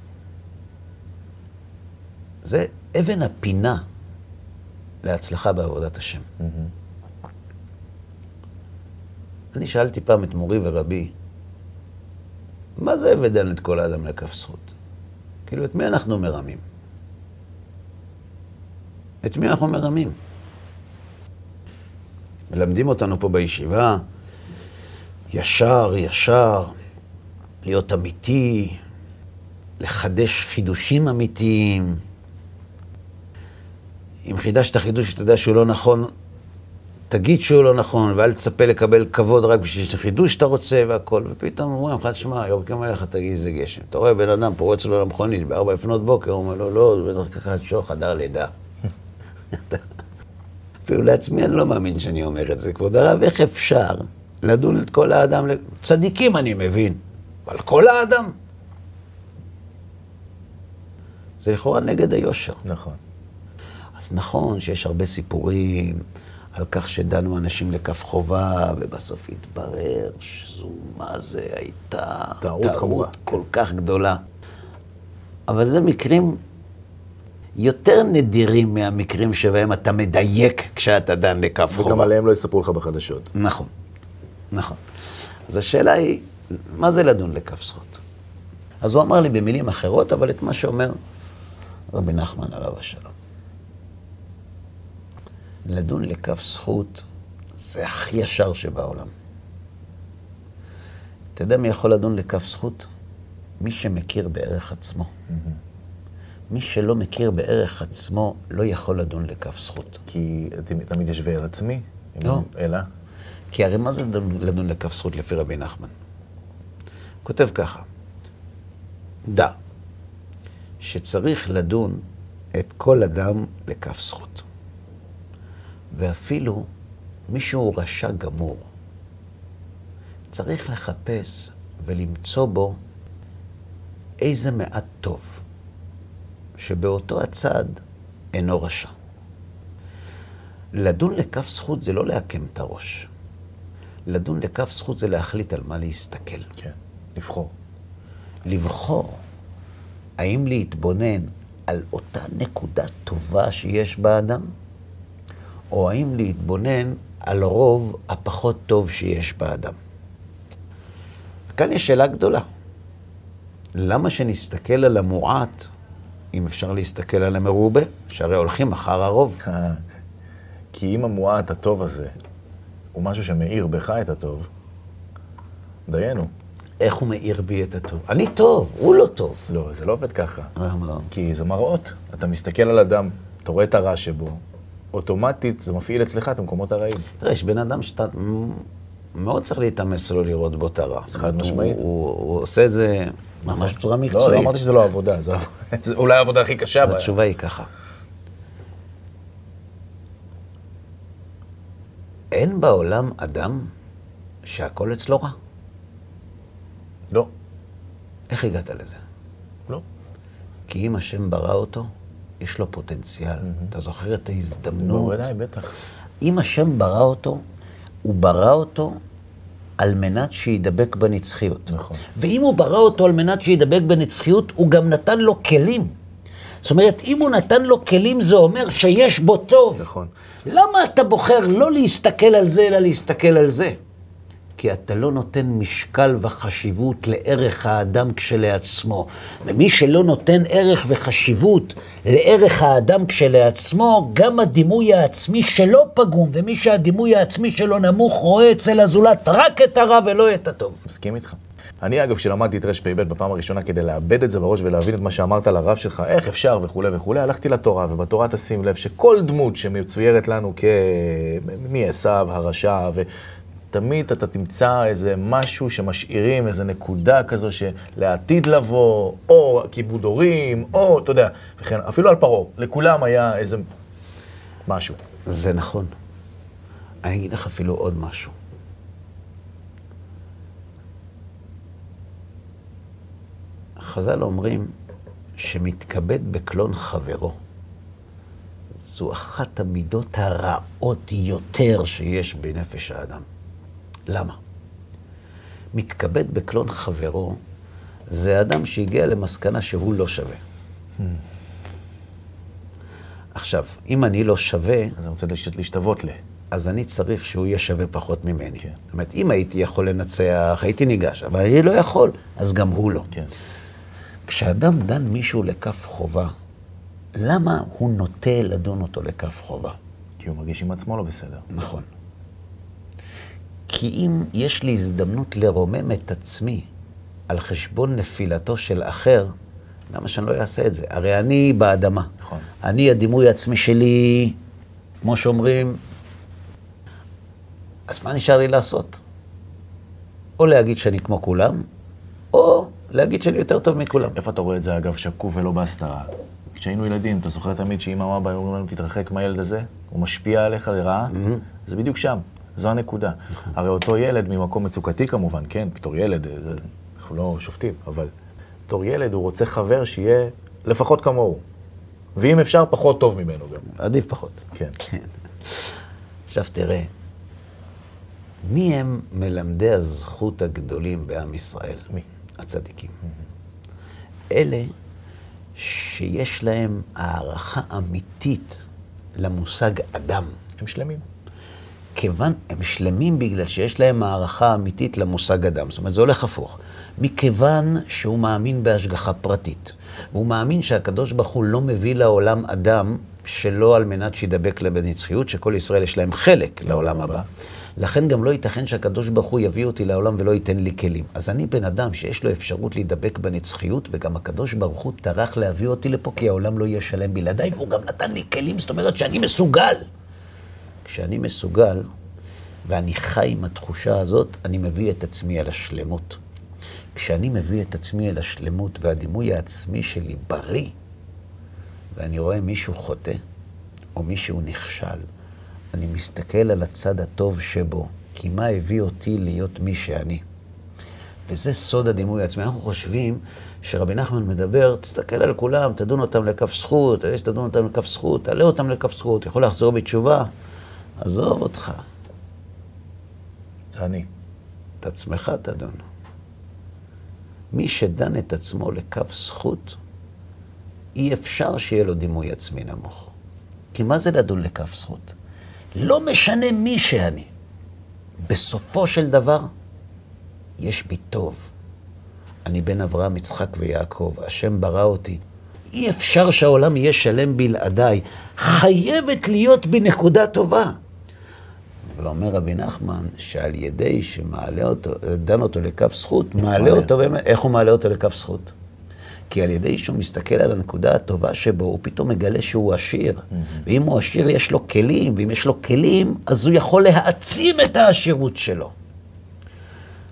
זה אבן הפינה להצלחה בעבודת השם. אני שאלתי פעם את מורי ורבי, מה זה הבדל את כל האדם לכף זכות? כאילו, את מי אנחנו מרמים? את מי אנחנו מרמים? מלמדים אותנו פה בישיבה, ישר, להיות אמיתי, לחדש חידושים אמיתיים. אם חידשת חידוש שאתה יודע שהוא לא נכון, תגיד שהוא לא נכון, ואל תצפה לקבל כבוד רק בשביל חידוש שאתה רוצה והכל. ופתאום אומרים לך, תשמע, יורקים עליך, תגיד איזה גשם. אתה רואה בן אדם פורץ לו למכונית ב4 לפנות בוקר, הוא אומר לו, לא, זה בטח ככה שוך, חדר לידה. אפילו לעצמי אני לא מאמין שאני אומר את זה. כבוד הרב, איך אפשר לדון את כל האדם? צדיקים אני מבין, אבל כל האדם? זה לכאורה נגד היושר. נכון. אז נכון שיש הרבה סיפורים על כך שדנו אנשים לכף חובה, ובסוף התברר שזו מה זה הייתה טעות כל כך גדולה. אבל זה מקרים יותר נדירים מהמקרים שבהם אתה מדייק כשאתה דן לכף חובה. וגם עליהם לא יספרו לך בחדשות. נכון, נכון. אז השאלה היא, מה זה לדון לכף זכות? אז הוא אמר לי במילים אחרות, אבל את מה שאומר רבי נחמן עליו השלום. לדון לכף זכות זה הכי ישר שבעולם. אתה יודע מי יכול לדון לכף זכות? מי שמכיר בערך עצמו. מי שלא מכיר בערך עצמו לא יכול לדון לכף זכות. כי תמיד יש וער עצמי? לא. אלא? כי הרי מה זה לדון לכף זכות לפי רבי נחמן? הוא כותב ככה, דע שצריך לדון את כל אדם לכף זכות. ואפילו מישהו רשע גמור, צריך לחפש ולמצוא בו איזה מעט טוב, שבאותו הצד אינו רשע. לדון לכף זכות זה לא להקם את הראש. לדון לכף זכות זה להחליט על מה להסתכל. כן, לבחור. לבחור, האם להתבונן על אותה נקודה טובה שיש באדם, או האם להתבונן על רוב הפחות טוב שיש באדם. כאן יש שאלה גדולה. למה שנסתכל על המועט, אם אפשר להסתכל על המרובה, שהרי הולכים אחר הרוב? כי אם המועט הטוב הזה הוא משהו שמאיר בך את הטוב, דיינו. איך הוא מאיר בי את הטוב? אני טוב, הוא לא טוב. לא, זה לא עובד ככה. לא. כי זה מראות. אתה מסתכל על אדם, אתה רואה את הרע שבו, אוטומטית זה מפעיל אצלך את המקומות הרעים. תראה, יש בן אדם שאתה מאוד צריך להתאמץ לו לראות בו את הרע. חד משמעית. הוא עושה את זה ממש בצורה לא, מקצועית. לא אמרתי שזה לא עבודה, זה אולי העבודה הכי קשה. התשובה היא ככה. אין בעולם אדם שהכל אצלו רע. לא. איך הגעת לזה? לא. כי אם השם ברא אותו, יש לו פוטנציאל. אתה זוכר את ההזדמנות? בוודאי, בטח. אם השם ברא אותו, הוא ברא אותו על מנת שידבק בנצחיות. נכון. ואם הוא ברא אותו על מנת שידבק בנצחיות, הוא גם נתן לו כלים. זאת אומרת, אם הוא נתן לו כלים, זה אומר שיש בו טוב. נכון. למה אתה בוחר לא להסתכל על זה, אלא להסתכל על זה? כי אתה לא נותן משקל וחשיבות לערך האדם כשלעצמו. ומי שלא נותן ערך וחשיבות לערך האדם כשלעצמו, גם הדימוי העצמי שלו פגום, ומי שהדימוי העצמי שלו נמוך רואה אצל הזולת רק את הרע ולא את הטוב. מסכים איתך. אני אגב, כשלמדתי את רש"פ בפעם הראשונה כדי לאבד את זה בראש ולהבין את מה שאמרת לרב שלך, איך אפשר וכו' וכו', הלכתי לתורה, ובתורה תשים לב שכל דמות שמצוירת לנו מעשיו, הרשע, ותמיד אתה תמצא איזה משהו שמשאירים, איזה נקודה כזו שלעתיד לבוא, או כיבוד הורים, או, אתה יודע, וכן, אפילו על פרעה, לכולם היה איזה משהו. זה נכון. אני אגיד לך אפילו עוד משהו. חז"ל אומרים שמתכבד בקלון חברו. זו אחת המידות הרעות יותר שיש בנפש האדם. למה? מתכבד בקלון חברו זה אדם שהגיע למסקנה שהוא לא שווה. עכשיו, אם אני לא שווה, אז אני רוצה להשתוות אז אני צריך שהוא יהיה שווה פחות ממני. כן. זאת אומרת, אם הייתי יכול לנצח, הייתי ניגש, אבל אני לא יכול, אז גם הוא לא. כן. כשאדם דן מישהו לכף חובה, למה הוא נוטה לדון אותו לכף חובה? כי הוא מרגיש עם עצמו לא בסדר. נכון. כי אם יש לי הזדמנות לרומם את עצמי על חשבון נפילתו של אחר, למה שאני לא אעשה את זה? הרי אני באדמה. נכון. אני, הדימוי העצמי שלי, כמו שאומרים, אז מה נשאר לי לעשות? או להגיד שאני כמו כולם, או להגיד שאני יותר טוב מכולם. איפה אתה רואה את זה, אגב, שקוף ולא בהסתרה? כשהיינו ילדים, אתה זוכר תמיד שאמא ואבא אומרים לנו, תתרחק מהילד הזה, הוא משפיע עליך לרעה, זה בדיוק שם, זו הנקודה. הרי אותו ילד, ממקום מצוקתי כמובן, כן, בתור ילד, אנחנו לא שופטים, אבל בתור ילד הוא רוצה חבר שיהיה לפחות כמוהו. ואם אפשר, פחות טוב ממנו גם. עדיף פחות. כן. עכשיו תראה, מי הם מלמדי הזכות הגדולים בעם ישראל? מי? הצדיקים. אלה שיש להם הערכה אמיתית למושג אדם. הם שלמים. הם שלמים בגלל שיש להם הערכה אמיתית למושג אדם. זאת אומרת, זה הולך הפוך. מכיוון שהוא מאמין בהשגחה פרטית. והוא מאמין שהקדוש ברוך הוא לא מביא לעולם אדם שלא על מנת שידבק בנצחיות, שכל ישראל יש להם חלק לעולם הבא. לכן גם לא ייתכן שהקדוש ברוך הוא יביא אותי לעולם ולא ייתן לי כלים. אז אני בן אדם שיש לו אפשרות להידבק בנצחיות, וגם הקדוש ברוך הוא טרח להביא אותי לפה, כי העולם לא יהיה שלם בלעדיי, והוא גם נתן לי כלים, זאת אומרת שאני מסוגל. כשאני מסוגל, ואני חי עם התחושה הזאת, אני מביא את עצמי אל השלמות. כשאני מביא את עצמי אל השלמות, והדימוי העצמי שלי בריא, ואני רואה מישהו חוטא, או מישהו נכשל, אני מסתכל על הצד הטוב שבו, כי מה הביא אותי להיות מי שאני? וזה סוד הדימוי העצמי. אנחנו חושבים שרבי נחמן מדבר, תסתכל על כולם, תדון אותם לכף זכות, יש תדון אותם לכף זכות, תעלה אותם לכף זכות, יכול לחזור בתשובה, עזוב אותך. אני. את עצמך תדון. מי שדן את עצמו לכף זכות, אי אפשר שיהיה לו דימוי עצמי נמוך. כי מה זה לדון לכף זכות? לא משנה מי שאני. בסופו של דבר, יש בי טוב. אני בן אברהם, יצחק ויעקב. השם ברא אותי. אי אפשר שהעולם יהיה שלם בלעדיי. חייבת להיות בי נקודה טובה. ואומר רבי נחמן, שעל ידי שמעלה אותו, דן אותו לכף זכות, מעלה אותו, איך הוא מעלה אותו לכף זכות? כי על ידי שהוא מסתכל על הנקודה הטובה שבו, הוא פתאום מגלה שהוא עשיר. ואם הוא עשיר, יש לו כלים, ואם יש לו כלים, אז הוא יכול להעצים את העשירות שלו.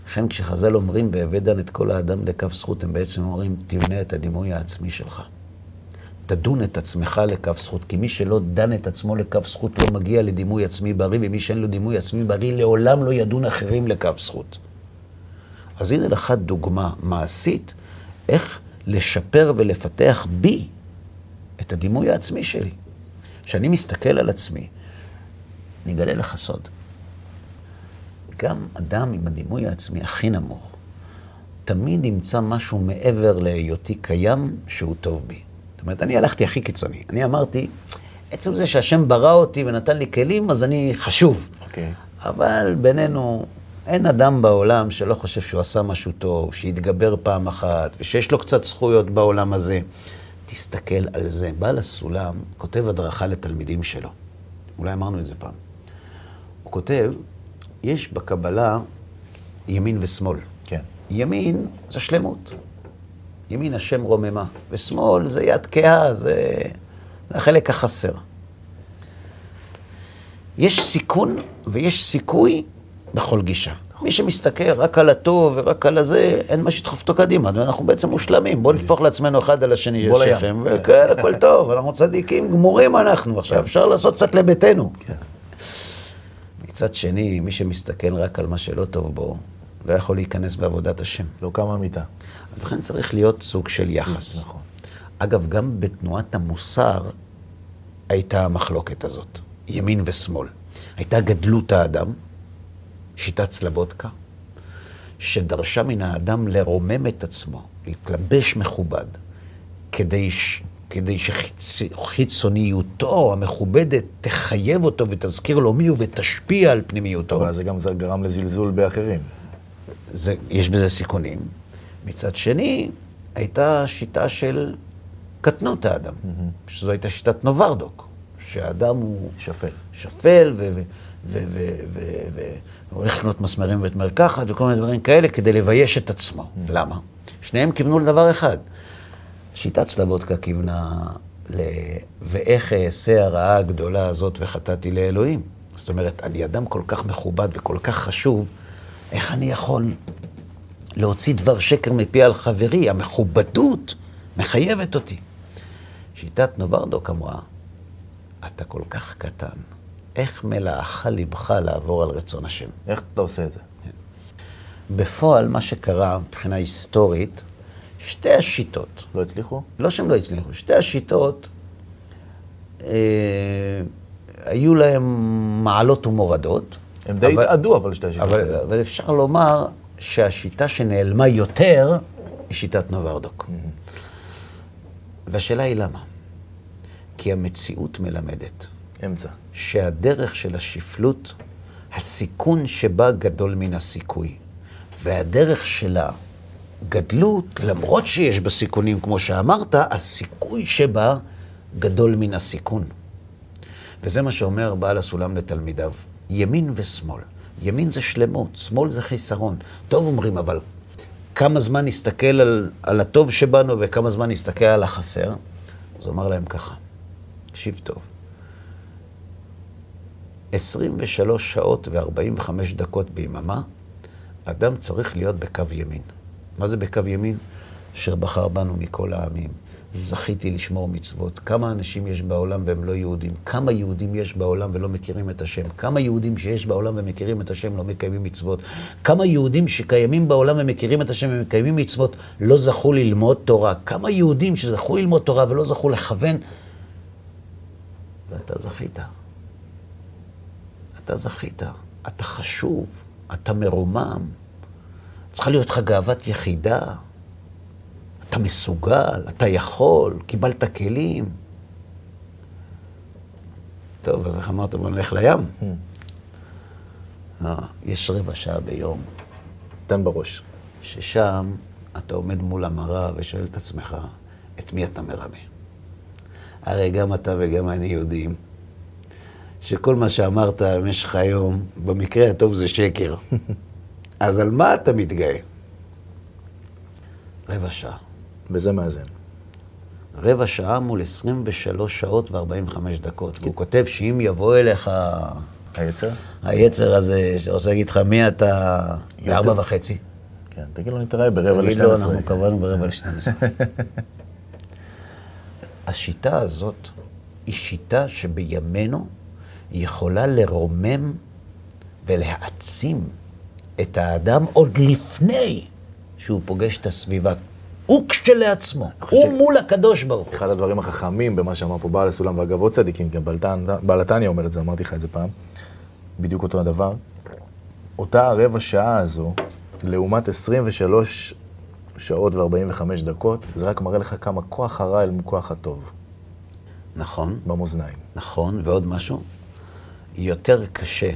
לכן כשחז"ל אומרים, והבא דן את כל האדם לכף זכות, הם בעצם אומרים, תבנה את הדימוי העצמי שלך. תדון את עצמך לכף זכות, כי מי שלא דן את עצמו לכף זכות לא מגיע לדימוי עצמי בריא, ומי שאין לו דימוי עצמי בריא לעולם לא ידון אחרים לכף זכות. אז הנה לך דוגמה מעשית, איך לשפר ולפתח בי את הדימוי העצמי שלי. כשאני מסתכל על עצמי, אני אגלה לך סוד. גם אדם עם הדימוי העצמי הכי נמוך, תמיד ימצא משהו מעבר להיותי קיים שהוא טוב בי. זאת אומרת, אני הלכתי הכי קיצוני. אני אמרתי, עצם זה שהשם ברא אותי ונתן לי כלים, אז אני חשוב. אוקיי. אבל בינינו, אין אדם בעולם שלא חושב שהוא עשה משהו טוב, שיתגבר פעם אחת, ושיש לו קצת זכויות בעולם הזה. תסתכל על זה. בעל הסולם כותב הדרכה לתלמידים שלו. אולי אמרנו את זה פעם. הוא כותב, יש בקבלה ימין ושמאל. כן. ימין זה שלמות. ימין השם רוממה. ושמאל זה יד כהה, זה החלק החסר. יש סיכון ויש סיכוי בכל גישה. מי שמסתכל רק על הטוב ורק על הזה, אין מה שדחוף אותו קדימה. אנחנו בעצם מושלמים. בואו נדפוך לעצמנו אחד על השני שכם, וכן, הכל טוב. אנחנו צדיקים, גמורים אנחנו. עכשיו אפשר לעשות קצת לביתנו. מצד שני, מי שמסתכל רק על מה שלא טוב בו, לא יכול להיכנס בעבודת השם. לא קמה מיטה. אז לכן צריך להיות סוג של יחס. נכון. אגב, גם בתנועת המוסר הייתה המחלוקת הזאת. ימין ושמאל. הייתה גדלות האדם, שיטת סלבודקה, שדרשה מן האדם לרומם את עצמו, להתלבש מכובד, כדי שחיצוניותו המכובדת תחייב אותו ותזכיר לו מי הוא ותשפיע על פנימיותו. אבל זה גם גרם לזלזול באחרים. יש בזה סיכונים. מצד שני, הייתה שיטה של קטנות האדם, שזו הייתה שיטת נוברדוק, שהאדם הוא שפל והולך לקנות מסמרים ואת מרקחת וכל מיני דברים כאלה כדי לבייש את עצמו. למה? שניהם כיוונו לדבר אחד. שיטת סלבודקה כיוונה ואיך אעשה הרעה הגדולה הזאת וחטאתי לאלוהים. זאת אומרת, אני אדם כל כך מכובד וכל כך חשוב, איך אני יכול להוציא דבר שקר מפי על חברי? המכובדות מחייבת אותי. שיטת נוברדוק אמרה, אתה כל כך קטן, איך מלאך לבך לעבור על רצון השם? איך אתה עושה את זה? בפועל, מה שקרה מבחינה היסטורית, שתי השיטות. לא הצליחו? לא שהם לא הצליחו. שתי השיטות, היו להם מעלות ומורדות. הם די התעדו, אבל שתי השיטות. אבל אפשר לומר שהשיטה שנעלמה יותר היא שיטת נוברדוק. והשאלה היא למה? כי המציאות מלמדת. אמצע. שהדרך של השפלות, הסיכון שבה גדול מן הסיכוי. והדרך של הגדלות, למרות שיש בה סיכונים כמו שאמרת, הסיכוי שבה גדול מן הסיכון. וזה מה שאומר בעל הסולם לתלמידיו. ימין ושמאל. ימין זה שלמות, שמאל זה חיסרון. טוב אומרים, אבל כמה זמן נסתכל על הטוב שבנו וכמה זמן נסתכל על החסר? אז הוא אמר להם ככה, תקשיב טוב. 23 שעות ו-45 דקות ביממה, אדם צריך להיות בקו ימין. מה זה בקו ימין? אשר בחר בנו מכל העמים. זכיתי לשמור מצוות. כמה אנשים יש בעולם והם לא יהודים? כמה יהודים יש בעולם ולא מכירים את השם? כמה יהודים שיש בעולם ומכירים את השם לא מקיימים מצוות? כמה יהודים שקיימים בעולם ומכירים את השם ומקיימים מצוות לא זכו ללמוד תורה? כמה יהודים שזכו ללמוד תורה ולא זכו לכוון? ואתה זכית. אתה זכית. אתה חשוב. אתה מרומם. צריכה להיות לך גאוות יחידה. אתה מסוגל, אתה יכול, קיבלת כלים. טוב, אז איך אמרת, בוא נלך לים? יש רבע שעה ביום. תן בראש. ששם אתה עומד מול המראה ושואל את עצמך, את מי אתה מרמה? הרי גם אתה וגם אני יודעים שכל מה שאמרת במשך היום, במקרה הטוב זה שקר. אז על מה אתה מתגאה? רבע שעה. וזה מאזן. רבע שעה מול 23 שעות ו-45 דקות. הוא כותב שאם יבוא אליך היצר? היצר הזה, שרוצה להגיד לך, מי אתה? ב4:30. כן, תגיד לו, נתראה ב11:45. תגיד לו, אנחנו קבענו ב11:45. השיטה הזאת היא שיטה שבימינו יכולה לרומם ולהעצים את האדם עוד לפני שהוא פוגש את הסביבה. הוא כשלעצמו, הוא מול הקדוש ברוך הוא. אחד הדברים החכמים במה שאמר פה בעל הסולם והגבות צדיקים, גם בעל התניא אומר את זה, אמרתי לך את זה פעם, בדיוק אותו הדבר. אותה רבע שעה הזו, לעומת 23 שעות ו45 דקות, זה רק מראה לך כמה כוח הרע אל כוח הטוב. נכון. במאזניים. נכון, ועוד משהו, יותר קשה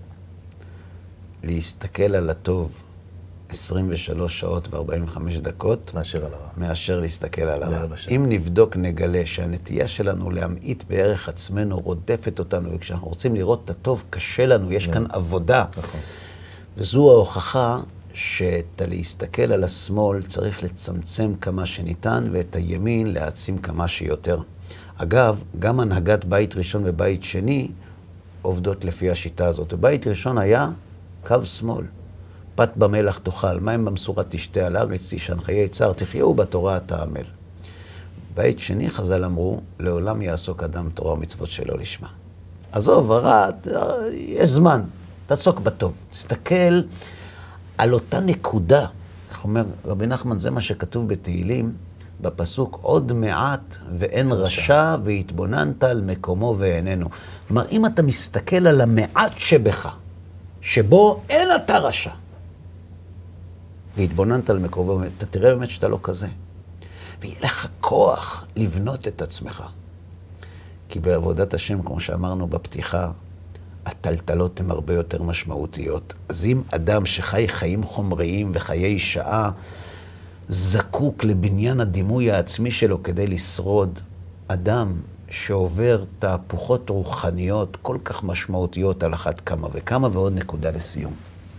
להסתכל על הטוב 23 שעות ו45 דקות, מאשר להסתכל על הרע. אם נבדוק, נגלה שהנטייה שלנו להמעיט בערך עצמנו רודפת אותנו, וכשאנחנו רוצים לראות את הטוב, קשה לנו, יש כאן עבודה. נכון. וזו ההוכחה שאת להסתכל על השמאל צריך לצמצם כמה שניתן, ואת הימין להעצים כמה שיותר. אגב, גם הנהגת בית ראשון ובית שני עובדות לפי השיטה הזאת. בית ראשון היה קו שמאל. פת במלח תאכל, מים במשורה תשתה, על הארץ תישן, חיי צער, תחיו בתורה תעמל. בית שני חז"ל אמרו, לעולם יעסוק אדם תורה ומצוות שלא לשמה. עזוב, הרע, יש זמן, תעסוק בטוב. תסתכל על אותה נקודה. איך אומר רבי נחמן, זה מה שכתוב בתהילים, בפסוק עוד מעט ואין רשע והתבוננת על מקומו ואיננו. כלומר, אם אתה מסתכל על המעט שבך, שבו אין אתה רשע, והתבוננת על מקומו, אתה תראה באמת שאתה לא כזה. ויהיה לך כוח לבנות את עצמך. כי בעבודת השם, כמו שאמרנו בפתיחה, הטלטלות הן הרבה יותר משמעותיות. אז אם אדם שחי חיים חומריים וחיי שעה, זקוק לבניין הדימוי העצמי שלו כדי לשרוד, אדם שעובר תהפוכות רוחניות כל כך משמעותיות על אחת כמה וכמה, ועוד נקודה לסיום.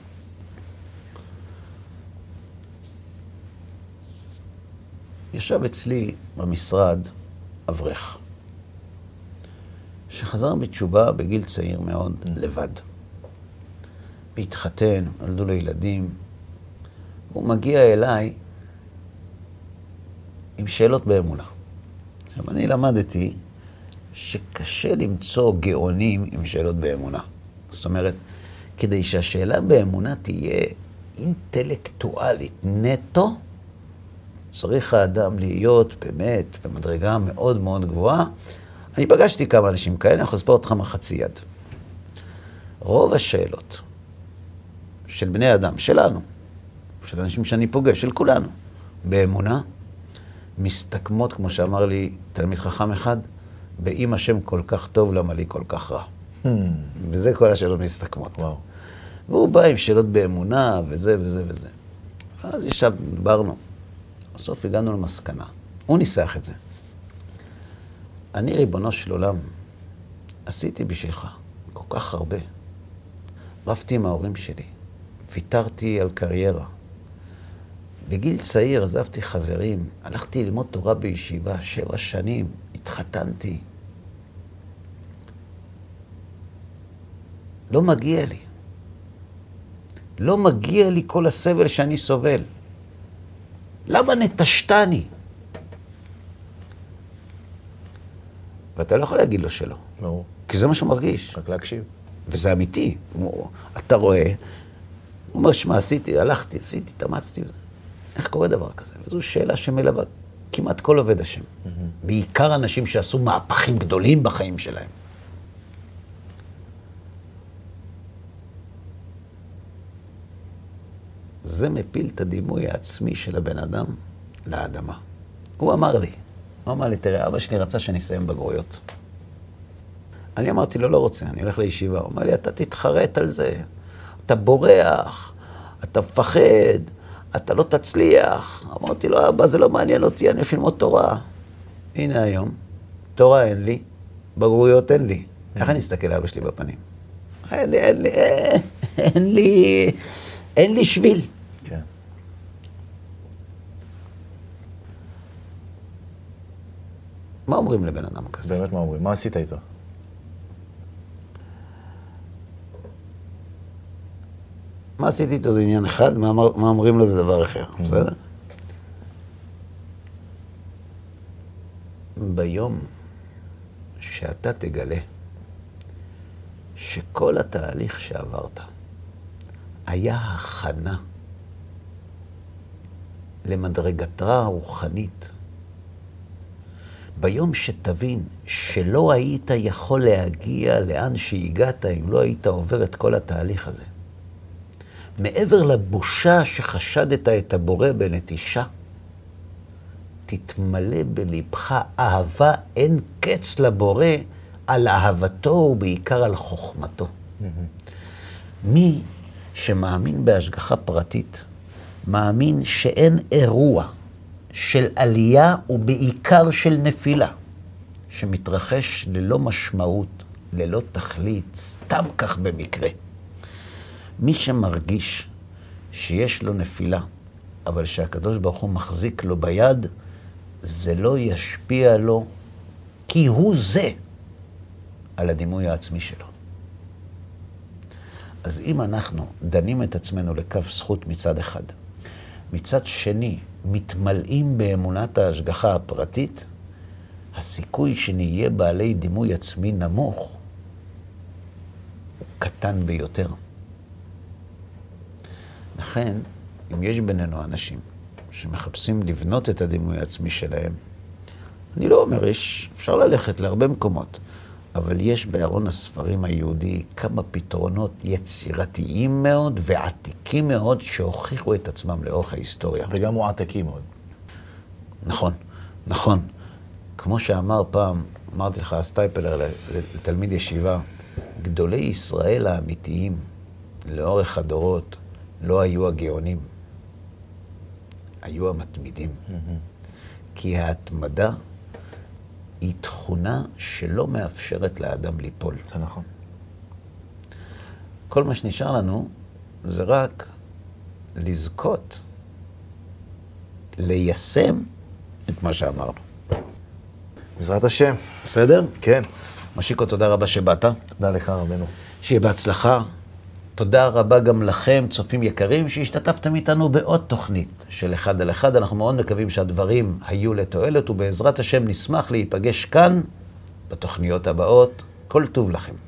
ישב אצלי במשרד אברך, שחזר בתשובה בגיל צעיר מאוד לבד. והתחתן, נולדו לו ילדים. הוא מגיע אליי עם שאלות באמונה. עכשיו, אני למדתי שקשה למצוא גאונים עם שאלות באמונה. זאת אומרת, כדי שהשאלה באמונה תהיה אינטלקטואלית נטו, צריך האדם להיות באמת במדרגה מאוד מאוד גבוהה. אני פגשתי כמה אנשים כאלה, אני יכול לספור אותך מחצי יד. רוב השאלות של בני אדם, שלנו, של אנשים שאני פוגש, של כולנו, באמונה, מסתכמות, כמו שאמר לי תלמיד חכם אחד, באם השם כל כך טוב, למה לי כל כך רע. וזה כל השאלות מסתכמות. וואו. והוא בא עם שאלות באמונה, וזה וזה וזה. אז ישב, דיברנו. בסוף הגענו למסקנה. הוא ניסח את זה. אני, ריבונו של עולם, עשיתי בשבילך כל כך הרבה. רבתי עם ההורים שלי, ויתרתי על קריירה. בגיל צעיר עזבתי חברים, הלכתי ללמוד תורה בישיבה, 7 שנים, התחתנתי. לא מגיע לי. לא מגיע לי כל הסבל שאני סובל. למה נטשתני? ואתה לא יכול להגיד לו שלא. לא. כי זה מה שהוא מרגיש. רק להקשיב. וזה אמיתי. אתה רואה, הוא אומר, שמה, עשיתי, הלכתי, עשיתי, תמצתי. איך קורה דבר כזה? וזו שאלה שמלווה כמעט כל עובד השם. בעיקר אנשים שעשו מהפכים גדולים בחיים שלהם. זה מפיל את הדימוי העצמי של הבן אדם לאדמה. הוא אמר לי, תראה, אבא שלי רצה שאני אסיים בגרויות. אני אמרתי לו, לא רוצה, אני הולך לישיבה. הוא אמר לי, אתה תתחרט על זה. אתה בורח, אתה מפחד, אתה לא תצליח. אמרתי לו, אבא, זה לא מעניין אותי, אני הולך ללמוד תורה. הנה היום, תורה אין לי, בגרויות אין לי. איך אני אסתכל לאבא שלי בפנים? אין לי שביל. כן. מה אומרים לבן אדם כזה? באמת מה אומרים? מה עשית איתו? מה עשיתי איתו זה עניין אחד, מה אומרים לו זה דבר אחר, בסדר? ביום שאתה תגלה שכל התהליך שעברת היה הכנה למדרגתך הרוחנית, ביום שתבין שלא היית יכול להגיע לאן שהגעת אם לא היית עובר את כל התהליך הזה, מעבר לבושה שחשדת את הבורא בנטישה, תתמלא בלבך אהבה אין קץ לבורא על אהבתו ובעיקר על חוכמתו. מי שמאמין בהשגחה פרטית, מאמין שאין אירוע של עלייה ובעיקר של נפילה, שמתרחש ללא משמעות, ללא תכלית, סתם כך במקרה. מי שמרגיש שיש לו נפילה, אבל שהקדוש ברוך הוא מחזיק לו ביד, זה לא ישפיע לו, כי הוא זה, על הדימוי העצמי שלו. אז אם אנחנו דנים את עצמנו לכף זכות מצד אחד, מצד שני מתמלאים באמונת ההשגחה הפרטית, הסיכוי שנהיה בעלי דימוי עצמי נמוך הוא קטן ביותר. לכן, אם יש בינינו אנשים שמחפשים לבנות את הדימוי העצמי שלהם, אני לא אומר, אפשר ללכת להרבה מקומות, אבל יש בארון הספרים היהודי כמה פתרונות יצירתיים מאוד ועתיקים מאוד שהוכיחו את עצמם לאורך ההיסטוריה. וגם מועתקים מאוד. נכון, נכון. כמו שאמר פעם, אמרתי לך, סטייפלר לתלמיד ישיבה, גדולי ישראל האמיתיים לאורך הדורות לא היו הגאונים, היו המתמידים. כי ההתמדה היא תכונה שלא מאפשרת לאדם ליפול. זה נכון. כל מה שנשאר לנו זה רק לזכות, ליישם את מה שאמרנו. בעזרת השם. בסדר? כן. משיקו, תודה רבה שבאת. תודה לך רבנו. שיהיה בהצלחה. תודה רבה גם לכם, צופים יקרים, שהשתתפתם איתנו בעוד תוכנית של אחד על אחד. אנחנו מאוד מקווים שהדברים היו לתועלת, ובעזרת השם נשמח להיפגש כאן בתוכניות הבאות. כל טוב לכם.